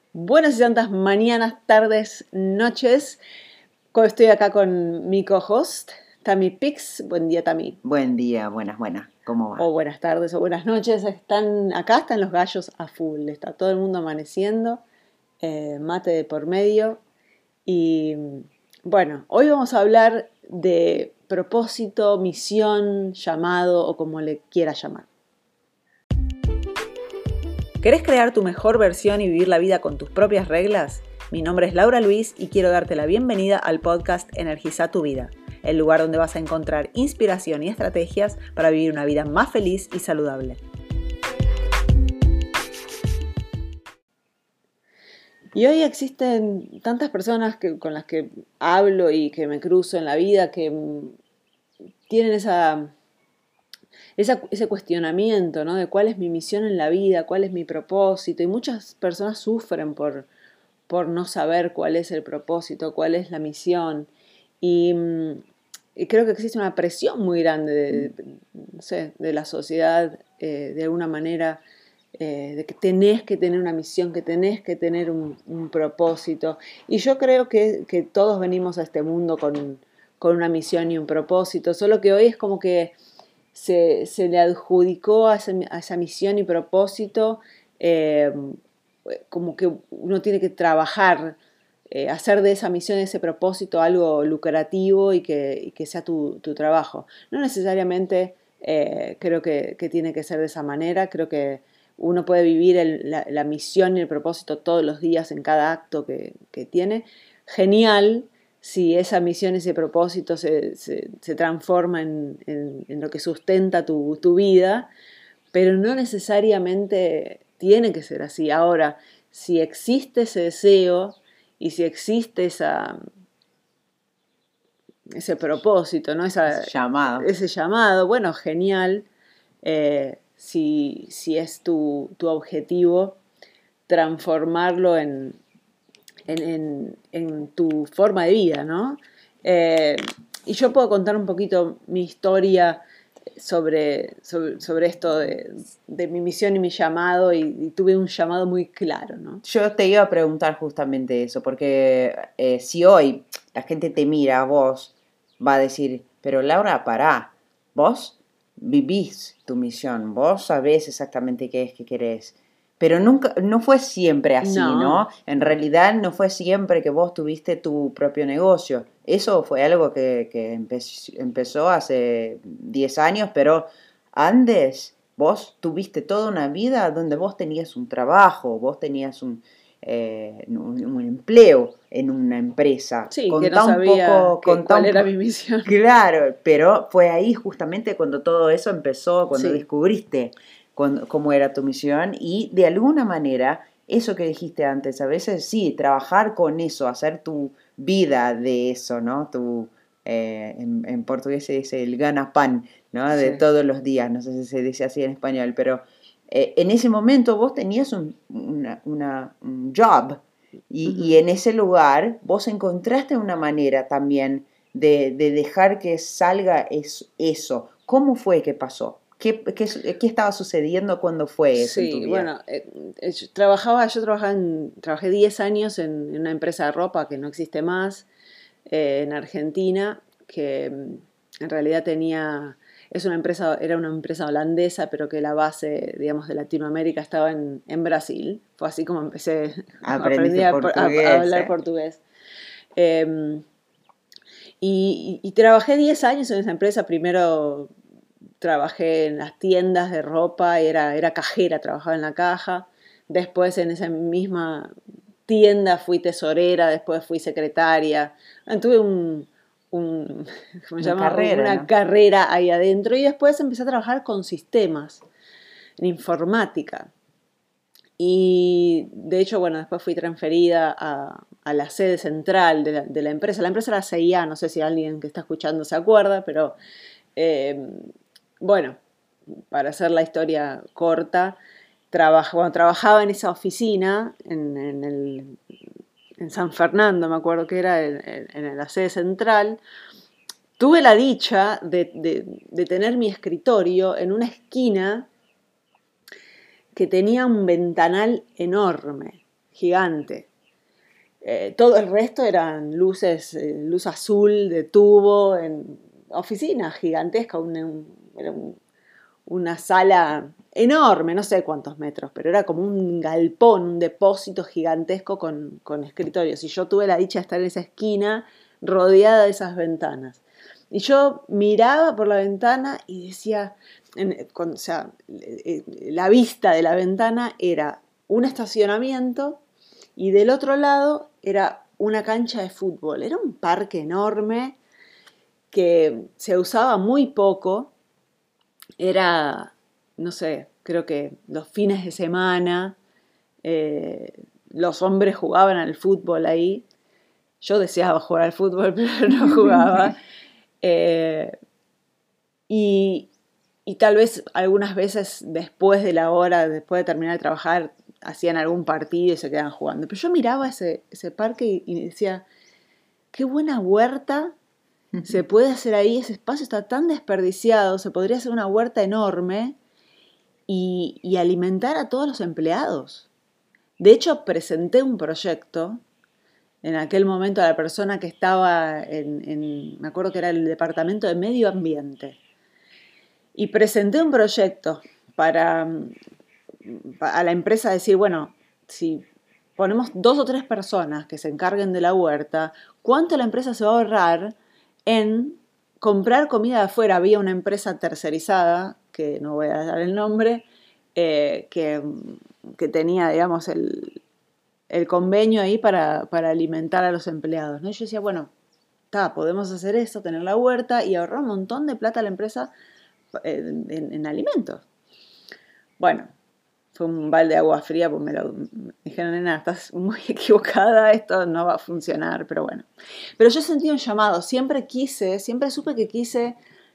Buenas y santas mañanas, tardes, noches. Estoy acá con mi co-host, Tami Pix. Buen día, Tami. Buen día, buenas. ¿Cómo va? O buenas tardes o buenas noches. Acá están los gallos a full. Está todo el mundo amaneciendo. Mate de por medio. Y bueno, hoy vamos a hablar de propósito, misión, llamado o como le quieras llamar. ¿Querés crear tu mejor versión y vivir la vida con tus propias reglas? Mi nombre es Laura Luis y quiero darte la bienvenida al podcast Energiza tu vida, el lugar donde vas a encontrar inspiración y estrategias para vivir una vida más feliz y saludable. Y hoy existen tantas personas con las que hablo y que me cruzo en la vida que tienen ese cuestionamiento, ¿no? De cuál es mi misión en la vida, cuál es mi propósito. Y muchas personas sufren por no saber cuál es el propósito, cuál es la misión. Y creo que existe una presión muy grande de la sociedad, de alguna manera, de que tenés que tener una misión, que tenés que tener un propósito. Y yo creo que todos venimos a este mundo con una misión y un propósito, solo que hoy es como que se le adjudicó a esa misión y propósito, como que uno tiene que trabajar, hacer de esa misión, de ese propósito algo lucrativo y que sea tu trabajo. No necesariamente creo que tiene que ser de esa manera. Creo que uno puede vivir la misión y el propósito todos los días en cada acto que tiene. Genial si esa misión, ese propósito se transforma en lo que sustenta tu vida, pero no necesariamente tiene que ser así. Ahora, si existe ese deseo y si existe ese propósito, ¿no? Ese llamado, bueno, genial. Si es tu objetivo, transformarlo en tu forma de vida, ¿no? Y yo puedo contar un poquito mi historia sobre esto de mi misión y mi llamado, y tuve un llamado muy claro, ¿no? Yo te iba a preguntar justamente eso, porque si hoy la gente te mira a vos, va a decir, pero Laura, pará, vos vivís tu misión, vos sabés exactamente qué es que querés. Pero no fue siempre así, ¿no? En realidad no fue siempre que vos tuviste tu propio negocio. Eso fue algo que empezó hace 10 años, pero antes vos tuviste toda una vida donde vos tenías un trabajo, vos tenías un empleo en una empresa. Sí, que no sabía cuál era mi misión. Claro, pero fue ahí justamente cuando todo eso empezó, cuando descubriste cómo era tu misión, y de alguna manera, eso que dijiste antes, a veces sí, trabajar con eso, hacer tu vida de eso, ¿no? En portugués se dice el ganapán, ¿no? De todos los días, no sé si se dice así en español, pero en ese momento vos tenías un job, y en ese lugar vos encontraste una manera también de dejar que salga eso. ¿Cómo fue que pasó? ¿Qué estaba sucediendo cuando fue eso en tu vida? Bueno, trabajé 10 años en una empresa de ropa que no existe más, en Argentina, que en realidad era una empresa holandesa, pero que la base, digamos, de Latinoamérica estaba en Brasil. Fue así como empecé a hablar portugués. Y trabajé 10 años en esa empresa. Primero trabajé en las tiendas de ropa, era cajera, trabajaba en la caja. Después en esa misma tienda fui tesorera, después fui secretaria. Tuve una carrera ahí adentro, y después empecé a trabajar con sistemas, en informática. Y de hecho, bueno, después fui transferida a la sede central de la empresa. La empresa era CIA, no sé si alguien que está escuchando se acuerda, pero bueno, para hacer la historia corta, cuando trabajaba en esa oficina, en San Fernando, me acuerdo que era en la sede central, tuve la dicha de tener mi escritorio en una esquina que tenía un ventanal enorme. gigante. Todo el resto eran luces, luz azul de tubo, en oficina gigantesca, era una sala enorme, no sé cuántos metros, pero era como un galpón, un depósito gigantesco con escritorios. Y yo tuve la dicha de estar en esa esquina rodeada de esas ventanas. Y yo miraba por la ventana y decía, o sea, la vista de la ventana era un estacionamiento y del otro lado era una cancha de fútbol. Era un parque enorme que se usaba muy poco. Era, no sé, creo que los fines de semana los hombres jugaban al fútbol ahí. Yo deseaba jugar al fútbol, pero no jugaba. Eh, y tal vez algunas veces después de la hora, después de terminar de trabajar, hacían algún partido y se quedaban jugando. Pero yo miraba ese parque y decía, qué buena huerta se puede hacer ahí, ese espacio está tan desperdiciado, se podría hacer una huerta enorme y alimentar a todos los empleados. De hecho, presenté un proyecto en aquel momento a la persona que estaba me acuerdo que era el Departamento de Medio Ambiente, y presenté un proyecto para a la empresa decir, bueno, si ponemos 2 o 3 personas que se encarguen de la huerta, ¿cuánto la empresa se va a ahorrar en comprar comida de afuera? Había una empresa tercerizada, que no voy a dar el nombre, que tenía, digamos, el convenio ahí para alimentar a los empleados, ¿no? Y yo decía, bueno, podemos hacer eso, tener la huerta y ahorrar un montón de plata a la empresa en alimentos. Bueno, fue un balde de agua fría, pues me dijeron, nena, estás muy equivocada, esto no va a funcionar, pero bueno. Pero yo sentí un llamado, siempre supe que quise,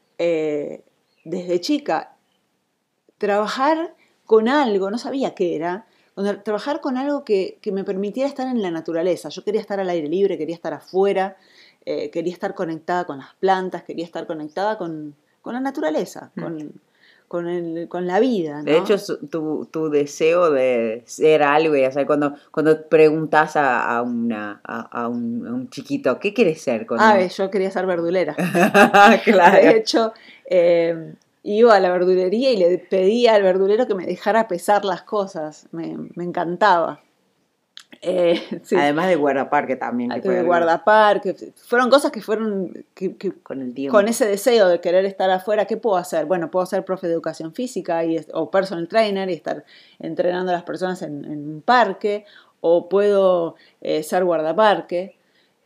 desde chica, trabajar con algo, no sabía qué era, trabajar con algo que me permitiera estar en la naturaleza. Yo quería estar al aire libre, quería estar afuera, quería estar conectada con las plantas, quería estar conectada con la naturaleza, con la vida, ¿no? De hecho, tu deseo de ser algo, y hacer, cuando preguntas a un chiquito, ¿qué quieres ser? Yo quería ser verdulera. Claro. De hecho, iba a la verdulería y le pedía al verdulero que me dejara pesar las cosas. Me encantaba. Sí. Además de guardaparque también. De guardaparque. Fueron cosas que fueron con el tiempo. Con ese deseo de querer estar afuera. ¿Qué puedo hacer? Bueno, puedo ser profe de educación física o personal trainer y estar entrenando a las personas en un parque. O puedo ser guardaparque.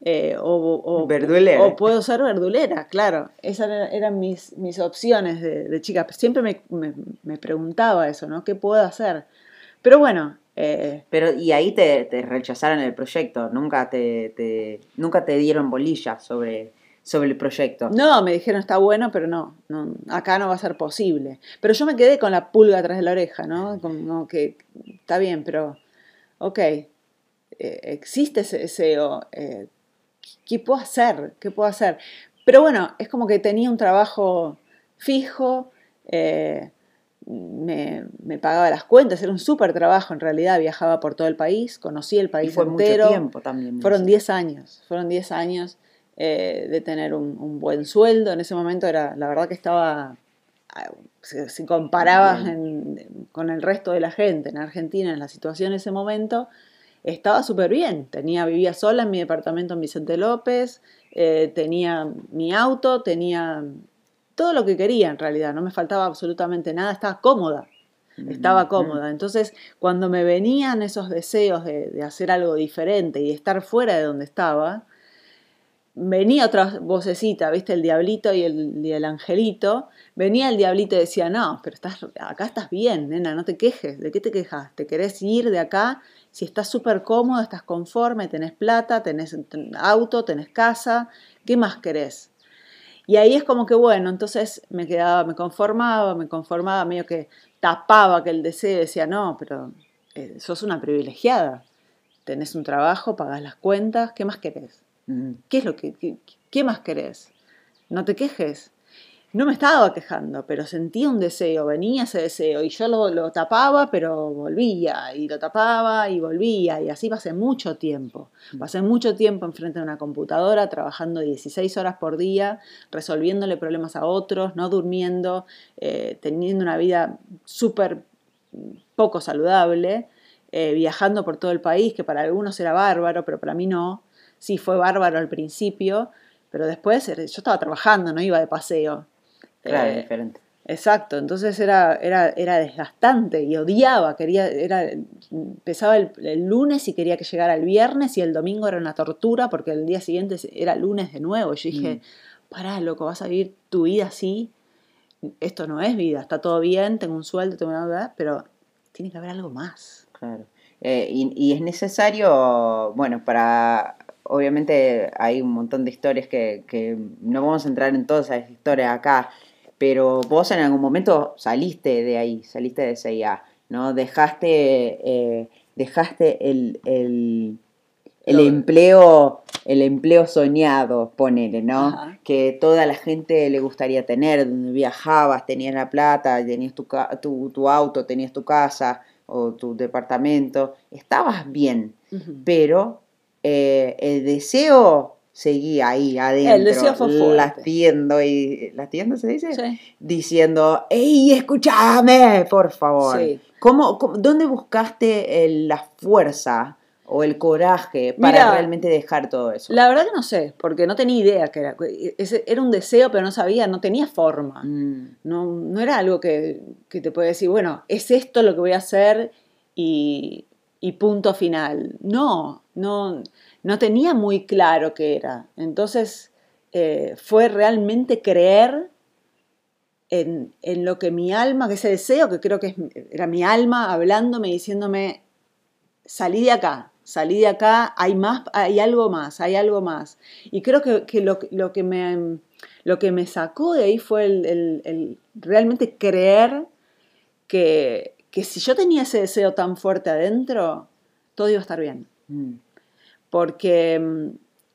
Verdulera. O puedo ser verdulera, claro. Esas eran mis opciones de chica. Siempre me preguntaba eso, ¿no? ¿Qué puedo hacer? Pero bueno. Pero y ahí te rechazaron el proyecto. Nunca te dieron bolilla sobre el proyecto. No, me dijeron está bueno, pero no, acá no va a ser posible. Pero yo me quedé con la pulga atrás de la oreja, ¿no? Como que está bien, pero ok, existe ese deseo. ¿Qué puedo hacer? ¿Qué puedo hacer? Pero bueno, es como que tenía un trabajo fijo, me pagaba las cuentas, era un súper trabajo en realidad, viajaba por todo el país, conocí el país entero. Mucho tiempo también. Fueron 10 años de tener un buen sueldo. En ese momento la verdad que estaba, si comparabas con el resto de la gente en Argentina, en la situación en ese momento, estaba súper bien. Vivía sola en mi departamento en Vicente López, tenía mi auto, tenía todo lo que quería en realidad, no me faltaba absolutamente nada, estaba cómoda. Entonces, cuando me venían esos deseos de hacer algo diferente y de estar fuera de donde estaba, venía otra vocecita, ¿viste? El diablito y el angelito. Venía el diablito y decía, no, pero acá estás bien, nena, no te quejes. ¿De qué te quejas? ¿Te querés ir de acá? Si estás súper cómodo, estás conforme, tenés plata, tenés auto, tenés casa, ¿qué más querés? Y ahí es como que, bueno, entonces me conformaba, medio que tapaba aquel deseo y decía, no, pero sos una privilegiada. Tenés un trabajo, pagás las cuentas, ¿qué más querés? ¿Qué más querés? No te quejes. no me estaba quejando, pero sentía un deseo, venía ese deseo y yo lo tapaba, pero volvía y lo tapaba y volvía y así pasé mucho tiempo. Pasé mucho tiempo enfrente de una computadora trabajando 16 horas por día, resolviéndole problemas a otros, no durmiendo, teniendo una vida súper poco saludable, viajando por todo el país, que para algunos era bárbaro, pero para mí no. Sí, fue bárbaro al principio, pero después yo estaba trabajando, no iba de paseo. Claro, diferente. Exacto, entonces era desgastante y odiaba, empezaba el lunes y quería que llegara el viernes y el domingo era una tortura porque el día siguiente era lunes de nuevo. Y yo dije, pará, loco, vas a vivir tu vida así, esto no es vida, está todo bien, tengo un sueldo, tengo una verdad, pero tiene que haber algo más. Claro. Y es necesario, bueno, obviamente hay un montón de historias que no vamos a entrar en todas esas historias acá, pero vos en algún momento saliste de ahí, saliste de CIA, ¿no? Dejaste el empleo soñado, ponele, ¿no? Ajá. Que toda la gente le gustaría tener, donde viajabas, tenías la plata, tenías tu auto, tenías tu casa o tu departamento, estabas bien, pero el deseo seguía ahí El deseo adentro, fue fuerte. latiendo se dice, Sí. diciendo, ¡ey, escúchame, por favor! Sí. ¿Dónde buscaste la fuerza o el coraje para Mira, realmente dejar todo eso? la verdad que no sé, porque no tenía idea que era. Era un deseo, pero no sabía, no tenía forma. No era algo que te puede decir, bueno, es esto lo que voy a hacer y punto final. No tenía muy claro qué era. Entonces fue realmente creer en lo que mi alma, que ese deseo, que creo que era mi alma hablándome, diciéndome, salí de acá, hay más, hay algo más, hay algo más. Y creo que lo que me sacó de ahí fue el realmente creer que si yo tenía ese deseo tan fuerte adentro, todo iba a estar bien. Porque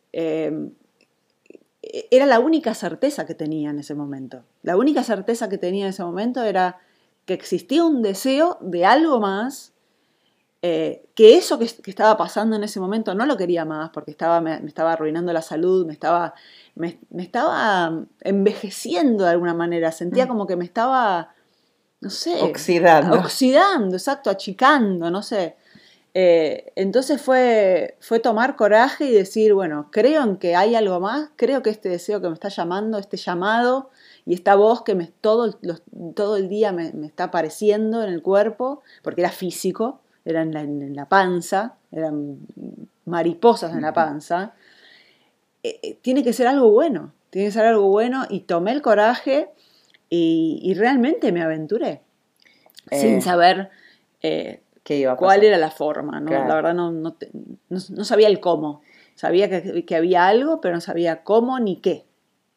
era la única certeza que tenía en ese momento. La única certeza que tenía en ese momento era que existía un deseo de algo más, que eso que estaba pasando en ese momento no lo quería más porque me estaba arruinando la salud, me estaba envejeciendo de alguna manera, sentía como que me estaba, no sé, oxidando, exacto, achicando, no sé. Entonces fue tomar coraje y decir, bueno, creo en que hay algo más, creo que este deseo que me está llamando, este llamado y esta voz que todo el día me está apareciendo en el cuerpo, porque era físico, era en la panza, eran mariposas en la panza, tiene que ser algo bueno, y tomé el coraje y realmente me aventuré, sin saber ¿qué iba a pasar? cuál era la forma, ¿no? Claro. La verdad no sabía el cómo, sabía que había algo, pero no sabía cómo ni qué.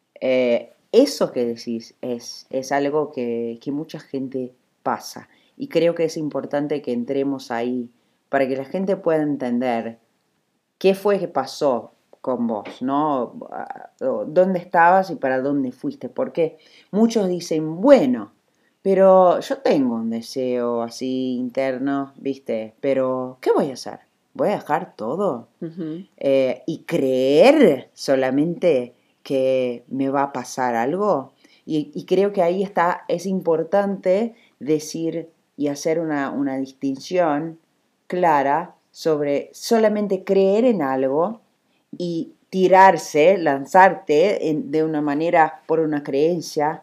Eso que decís es algo que mucha gente pasa y creo que es importante que entremos ahí para que la gente pueda entender qué fue que pasó con vos, ¿no? ¿Dónde estabas y para dónde fuiste? Porque muchos dicen, bueno, pero yo tengo un deseo así interno, ¿viste? Pero, ¿qué voy a hacer? ¿Voy a dejar todo? Y creer solamente que me va a pasar algo. Y creo que ahí es importante decir y hacer una distinción clara sobre solamente creer en algo y lanzarte de una manera por una creencia,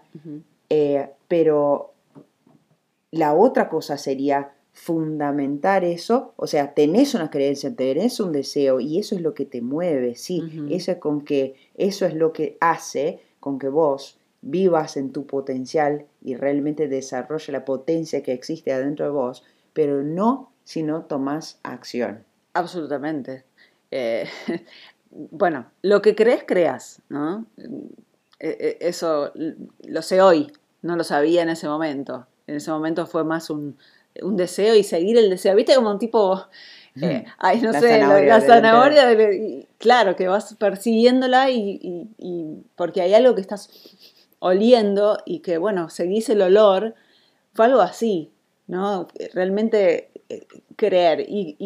pero la otra cosa sería fundamentar eso, o sea, tenés una creencia, tenés un deseo y eso es lo que te mueve, sí, eso es lo que hace con que vos vivas en tu potencial y realmente desarrolle la potencia que existe adentro de vos, pero no si no tomás acción. Absolutamente. Bueno, lo que creas, ¿no? Eso lo sé hoy, no lo sabía en ese momento. En ese momento fue más un deseo y seguir el deseo. ¿Viste como un tipo, ay, no sé, la zanahoria, claro, que vas persiguiéndola y porque hay algo que estás oliendo y que, bueno, seguís el olor, fue algo así, ¿no? Realmente creer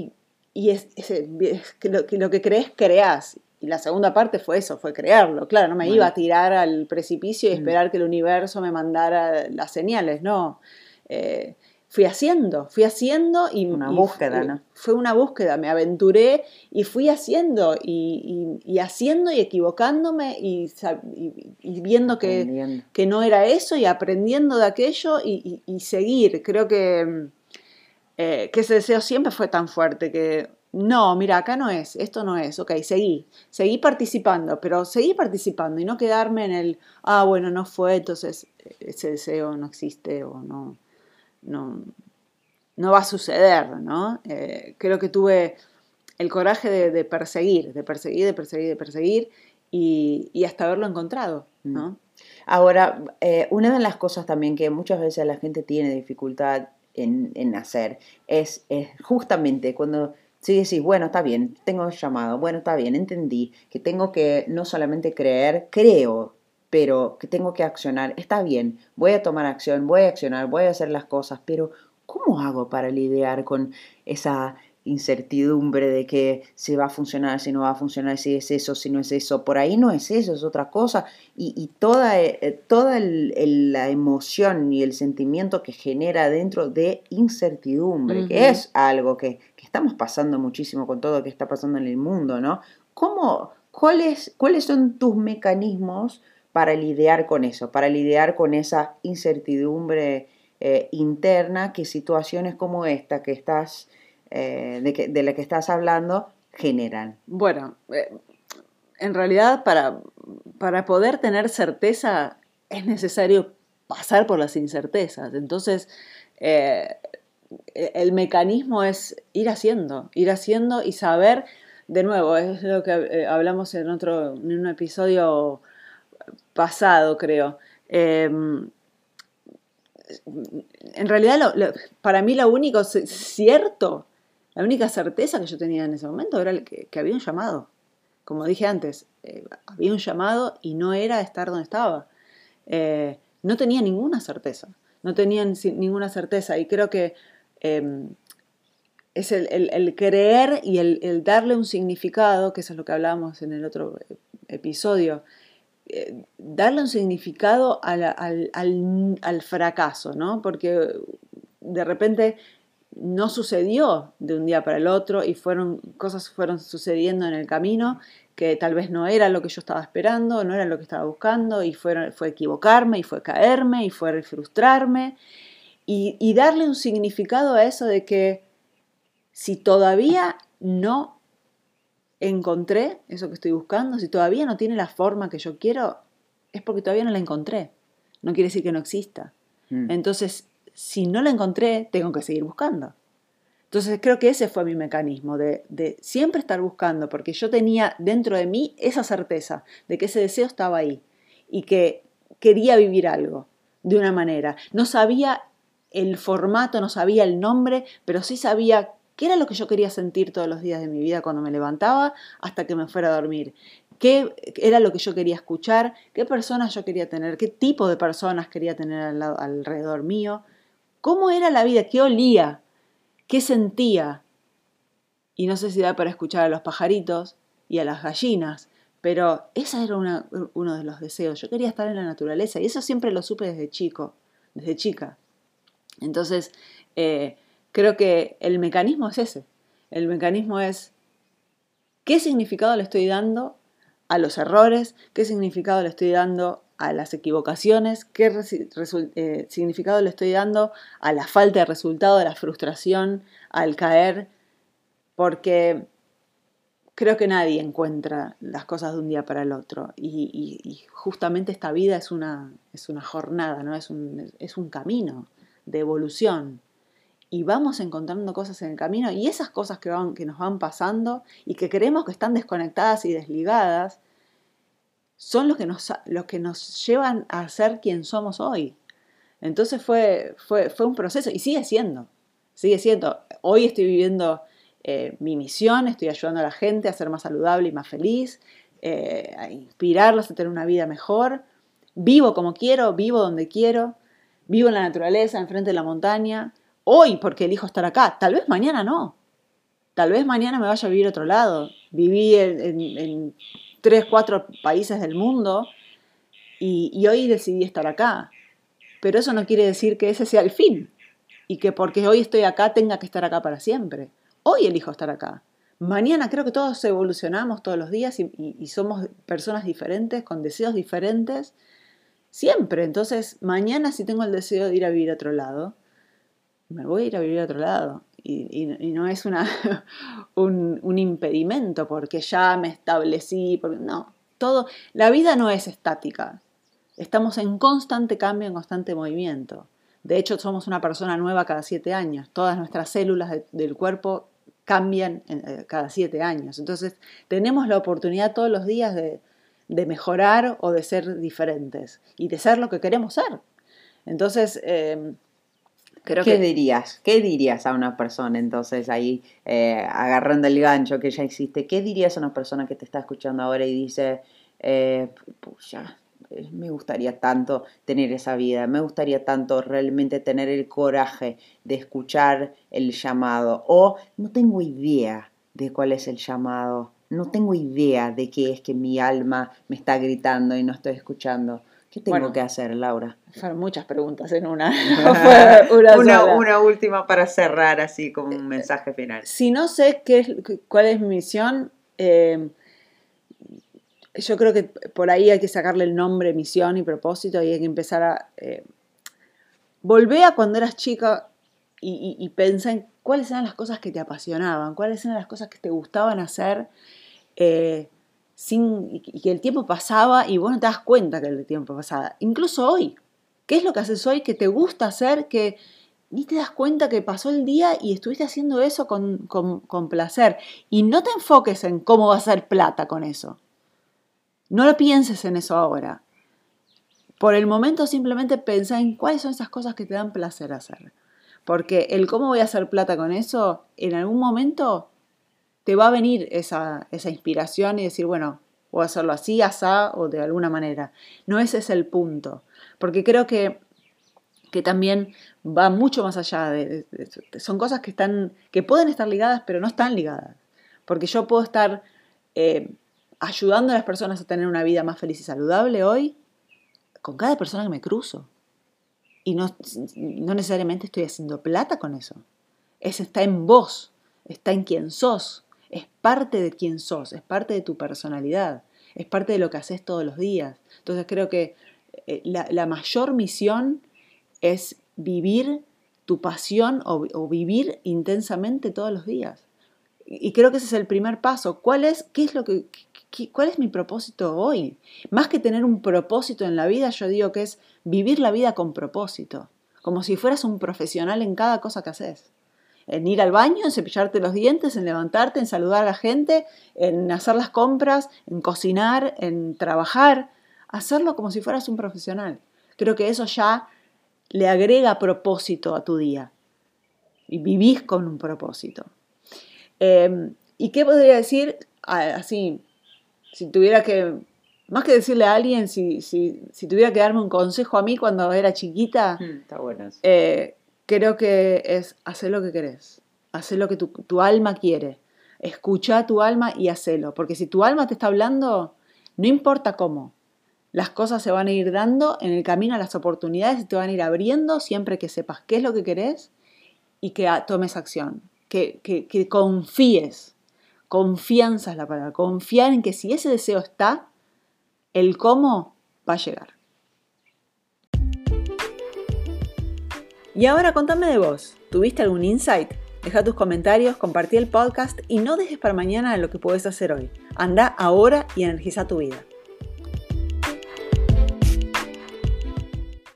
es que lo que crees, creás. Y la segunda parte fue eso, fue creerlo. Claro, no me iba a tirar al precipicio y esperar que el universo me mandara las señales, no. Fui haciendo Una búsqueda, ¿no? Fue una búsqueda, me aventuré y fui haciendo y haciendo y equivocándome y viendo que no era eso y aprendiendo de aquello y seguir. Creo que ese deseo siempre fue tan fuerte que no, mira, acá no es, esto no es, ok, seguí participando, pero seguí participando y no quedarme en el, bueno, no fue, entonces ese deseo no existe o no, no va a suceder, ¿no? Creo que tuve el coraje de perseguir y hasta haberlo encontrado, ¿no? Ahora, una de las cosas también que muchas veces la gente tiene dificultad en hacer es justamente cuando sí decís, bueno, está bien, tengo el llamado, bueno, está bien, entendí que tengo que no solamente creer, creo, pero que tengo que accionar, está bien, voy a tomar acción, voy a accionar, voy a hacer las cosas, pero ¿cómo hago para lidiar con esa incertidumbre de que si va a funcionar, si no va a funcionar, si es eso, si no es eso? Por ahí no es eso, es otra cosa. Y toda la emoción y el sentimiento que genera dentro de incertidumbre, que es algo que estamos pasando muchísimo con todo lo que está pasando en el mundo, ¿no? ¿Cuáles son tus mecanismos para lidiar con eso, para lidiar con esa incertidumbre interna que situaciones como esta que estás, de la que estás hablando generan? Bueno, en realidad para poder tener certeza es necesario pasar por las incertezas. Entonces, el mecanismo es ir haciendo y saber, de nuevo, es lo que hablamos en un episodio pasado, creo. En realidad, para mí lo único cierto, la única certeza que yo tenía en ese momento era que había un llamado. Como dije antes, había un llamado y no era estar donde estaba. No tenía ninguna certeza, no tenía ninguna certeza y creo que es el creer y el darle un significado, que eso es lo que hablábamos en el otro episodio, darle un significado al fracaso, ¿no? Porque de repente no sucedió de un día para el otro y cosas fueron sucediendo en el camino que tal vez no era lo que yo estaba esperando, no era lo que estaba buscando y fue equivocarme y fue caerme y fue frustrarme y darle un significado a eso de que si todavía no encontré eso que estoy buscando, si todavía no tiene la forma que yo quiero, es porque todavía no la encontré. No quiere decir que no exista. Entonces, si no la encontré, tengo que seguir buscando. Entonces creo que ese fue mi mecanismo, de siempre estar buscando, porque yo tenía dentro de mí esa certeza de que ese deseo estaba ahí y que quería vivir algo de una manera. No sabía el formato, no sabía el nombre, pero sí sabía qué era lo que yo quería sentir todos los días de mi vida cuando me levantaba hasta que me fuera a dormir. ¿Qué era lo que yo quería escuchar? ¿Qué personas yo quería tener? ¿Qué tipo de personas quería tener alrededor mío? ¿Cómo era la vida? ¿Qué olía? ¿Qué sentía? Y no sé si da para escuchar a los pajaritos y a las gallinas, pero ese era uno de los deseos. Yo quería estar en la naturaleza y eso siempre lo supe desde chica. Entonces, creo que el mecanismo es ese. El mecanismo es qué significado le estoy dando a los errores, qué significado le estoy dando a las equivocaciones, qué significado le estoy dando a la falta de resultado, a la frustración, al caer, porque creo que nadie encuentra las cosas de un día para el otro y justamente esta vida es una jornada, ¿no? Es un camino de evolución y vamos encontrando cosas en el camino y esas cosas que nos van pasando y que creemos que están desconectadas y desligadas son los que nos llevan a ser quien somos hoy. Entonces fue un proceso y sigue siendo. Hoy estoy viviendo mi misión, estoy ayudando a la gente a ser más saludable y más feliz, a inspirarlos a tener una vida mejor. vivo como quiero, vivo donde quiero, vivo en la naturaleza, enfrente de la montaña, hoy porque elijo estar acá, tal vez mañana no, tal vez mañana me vaya a vivir a otro lado, viví en 3, 4 países del mundo y hoy decidí estar acá, pero eso no quiere decir que ese sea el fin y que porque hoy estoy acá tenga que estar acá para siempre, hoy elijo estar acá. Mañana creo que todos evolucionamos todos los días y somos personas diferentes, con deseos diferentes, siempre. Entonces, mañana si tengo el deseo de ir a vivir a otro lado, me voy a ir a vivir a otro lado. Y no es un impedimento porque ya me establecí. No, la vida no es estática. Estamos en constante cambio, en constante movimiento. De hecho, somos una persona nueva cada 7 años. Todas nuestras células del cuerpo cambian cada 7 años. Entonces, tenemos la oportunidad todos los días de mejorar o de ser diferentes y de ser lo que queremos ser. Entonces, ¿Qué dirías a una persona entonces ahí, agarrando el gancho que ya existe? ¿Qué dirías a una persona que te está escuchando ahora y dice, pucha, me gustaría tanto tener esa vida, me gustaría tanto realmente tener el coraje de escuchar el llamado, o no tengo idea de cuál es el llamado, no tengo idea de qué es que mi alma me está gritando y no estoy escuchando? ¿Qué tengo que hacer, Laura? Fueron muchas preguntas en una. Una última para cerrar así como un mensaje final. Si no sé cuál es mi misión, yo creo que por ahí hay que sacarle el nombre, misión y propósito, y hay que empezar a volver a cuando eras chica y pensar en cuáles eran las cosas que te apasionaban, cuáles eran las cosas que te gustaban hacer, y que el tiempo pasaba y vos no te das cuenta que el tiempo pasaba. Incluso hoy, ¿qué es lo que haces hoy que te gusta hacer, que ni te das cuenta que pasó el día y estuviste haciendo eso con placer? Y no te enfoques en cómo vas a hacer plata con eso. No lo pienses en eso ahora. Por el momento simplemente pensá en cuáles son esas cosas que te dan placer hacer. Porque el cómo voy a hacer plata con eso, en algún momento te va a venir esa inspiración y decir, bueno, voy a hacerlo así, asá o de alguna manera. No ese es el punto. Porque creo que también va mucho más allá. Son cosas que pueden estar ligadas, pero no están ligadas. Porque yo puedo estar ayudando a las personas a tener una vida más feliz y saludable hoy con cada persona que me cruzo. Y no necesariamente estoy haciendo plata con eso. Está en vos, está en quién sos. Es parte de quién sos, es parte de tu personalidad, es parte de lo que haces todos los días. Entonces creo que la mayor misión es vivir tu pasión o vivir intensamente todos los días. Y creo que ese es el primer paso. ¿Cuál es mi propósito hoy? Más que tener un propósito en la vida, yo digo que es vivir la vida con propósito, como si fueras un profesional en cada cosa que haces. En ir al baño, en cepillarte los dientes, en levantarte, en saludar a la gente, en hacer las compras, en cocinar, en trabajar. Hacerlo como si fueras un profesional. Creo que eso ya le agrega propósito a tu día. Y vivís con un propósito. ¿Y qué podría decir? Así, si tuviera que, más que decirle a alguien, si tuviera que darme un consejo a mí cuando era chiquita, está bueno eso. Creo que es hacer lo que querés, hacer lo que tu alma quiere, escuchá a tu alma y hacelo, porque si tu alma te está hablando, no importa cómo, las cosas se van a ir dando en el camino, las oportunidades te van a ir abriendo siempre que sepas qué es lo que querés y que tomes acción, que confíes, confianza es la palabra, confiar en que si ese deseo está, el cómo va a llegar. Y ahora contame de vos, ¿tuviste algún insight? Deja tus comentarios, compartí el podcast y no dejes para mañana lo que puedes hacer hoy. Anda ahora y energiza tu vida.